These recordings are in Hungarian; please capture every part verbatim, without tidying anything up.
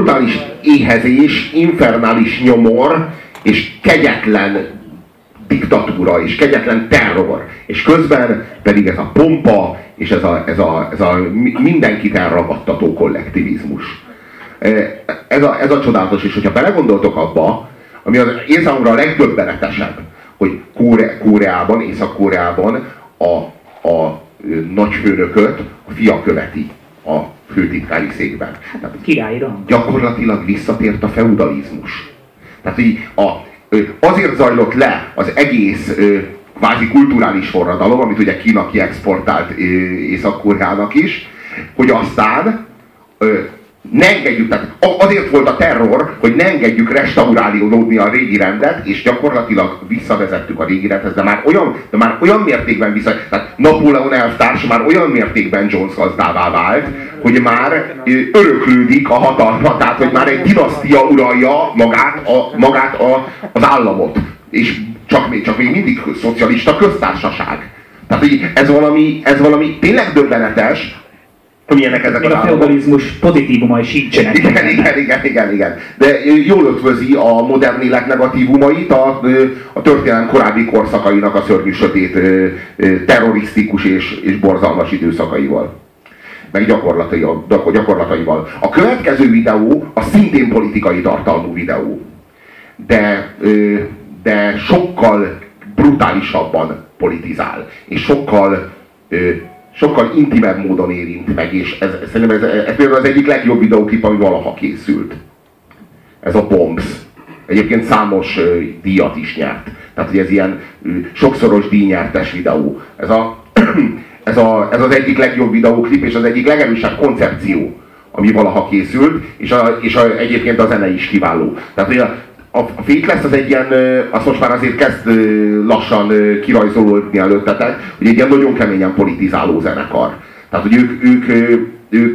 brutális éhezés, infernális nyomor, és kegyetlen diktatúra, és kegyetlen terror. És közben pedig ez a pompa, és ez a, ez a, ez a mindenkit elragadtató kollektivizmus. Ez a, ez a csodálatos, és hogyha belegondoltok abba, ami az én számomra a legdöbbenetesebb, hogy Kóre, Koreában, Észak-Koreában a, a nagyfőnököt a fia követi a főtitkári székben. Hát, királyra. Gyakorlatilag visszatért a feudalizmus. Tehát így a, azért zajlott le az egész kvázi kulturális forradalom, amit ugye Kína kiexportált Észak-Koreának is, hogy aztán ne engedjük, tehát azért volt a terror, hogy ne engedjük restaurálódni a régi rendet, és gyakorlatilag visszavezettük a régi rendhez, de már olyan, de már olyan mértékben vissza, tehát Napóleon elvtárs már olyan mértékben Jones gazdává vált, hogy már öröklődik a hatalma, tehát hogy már egy dinasztia uralja magát, a, magát a, az államot. És csak, csak még mindig szocialista köztársaság. Tehát ez valami, ez valami tényleg döbbenetes, milyenek ezek még a feudalizmus pozitívumai sincsenek. Igen, igen, igen, igen, igen. De jól ötvözi a modern élet negatívumait a, a történelem korábbi korszakainak a szörnyű sötét, terrorisztikus és, és borzalmas időszakaival. Meg gyakorlataival, gyakorlataival. A következő videó a szintén politikai tartalmú videó. De, de sokkal brutálisabban politizál. És sokkal sokkal intimebb módon érint meg, és ez, szerintem ez, ez például az egyik legjobb videóklip, ami valaha készült. Ez a Bombs. Egyébként számos uh, díjat is nyert. Tehát, hogy ez ilyen uh, sokszoros díjnyertes videó. Ez, a, ez, a, ez az egyik legjobb videóklip, és az egyik legerősebb koncepció, ami valaha készült, és, a, és a, egyébként a zene is kiváló. Tehát, hogy a, A Faithless az egy ilyen, azt most már azért kezd lassan kirajzolódni előttetek, hogy egy ilyen nagyon keményen politizáló zenekar. Tehát, hogy ők, ők, ők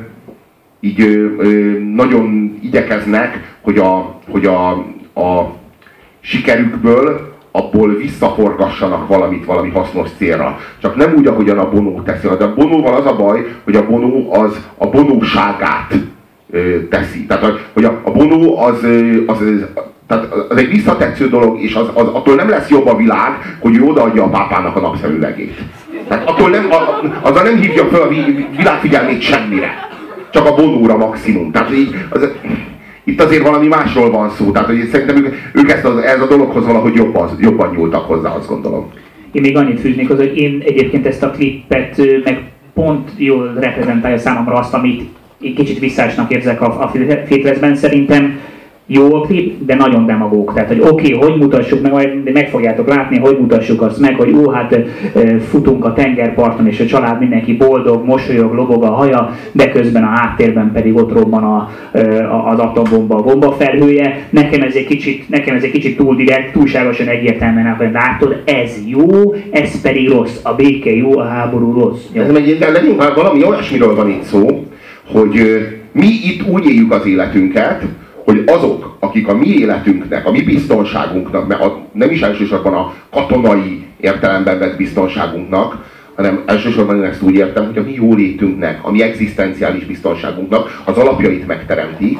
így nagyon igyekeznek, hogy a, hogy a, a sikerükből abból visszaforgassanak valamit valami hasznos célra. Csak nem úgy, ahogyan a Bono teszi. De a Bonóval az a baj, hogy a Bono az a bonóságát teszi. Tehát, hogy a, a Bono az, az, az, tehát az egy visszatetsző dolog, és az, az, attól nem lesz jobb a világ, hogy ő odaadja a pápának a napszemüvegét. Tehát attól nem, azzal nem hívja fel a világ figyelmét semmire. Csak a Bonóra maximum. Tehát így, az, itt azért valami másról van szó. Tehát hogy szerintem ők, ők ezt az, ez a dologhoz valahogy jobban, jobban nyúltak hozzá, azt gondolom. Én még annyit fűznék hozzá, hogy én egyébként ezt a klippet meg pont jól reprezentálja számomra azt, amit én kicsit visszásnak érzek a, a Faithlessben. Szerintem jó a klip, de nagyon demagóg. Tehát, hogy oké, okay, hogy mutassuk meg, majd meg fogjátok látni, hogy mutassuk azt meg, hogy ó, hát futunk a tengerparton, és a család mindenki boldog, mosolyog, lobog a haja, de közben a háttérben pedig ott robban a, a, az atombomba, a bombafelhője. Nekem ez egy kicsit, nekem ez egy kicsit túl direkt, túlságosan egyértelműen, hogy látod, ez jó, ez pedig rossz. A béke jó, a háború rossz. Ez egy, de legyünk, valami olyasmiről van itt szó, hogy mi itt úgy éljük az életünket, hogy azok, akik a mi életünknek, a mi biztonságunknak, mert a, nem is elsősorban a katonai értelemben vett biztonságunknak, hanem elsősorban én ezt úgy értem, hogy a mi jólétünknek, a mi egzisztenciális biztonságunknak az alapjait megteremtik,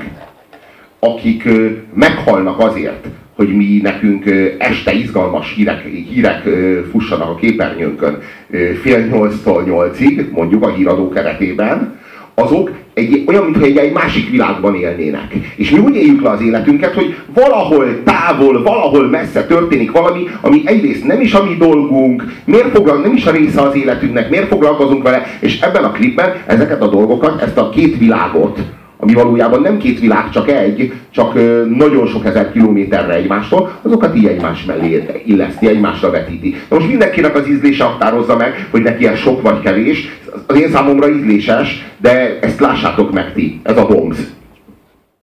akik meghalnak azért, hogy mi nekünk este izgalmas hírek, hírek fussanak a képernyőnkön fél nyolctól nyolcig, mondjuk a híradó keretében, azok egy, olyan, mintha egy, egy másik világban élnének. És mi úgy éljük le az életünket, hogy valahol távol, valahol messze történik valami, ami egyrészt nem is a mi dolgunk, miért foglal, nem is a része az életünknek, miért foglalkozunk vele, és ebben a klipben ezeket a dolgokat, ezt a két világot, ami valójában nem két világ, csak egy, csak nagyon sok ezer kilométerre egymástól, azokat így egymás mellé illeszti, egymásra vetíti. Na most mindenkinek az ízlése határozza meg, hogy neki ez sok vagy kevés. Az én számomra ízléses, de ezt lássátok meg ti, ez a Bombs.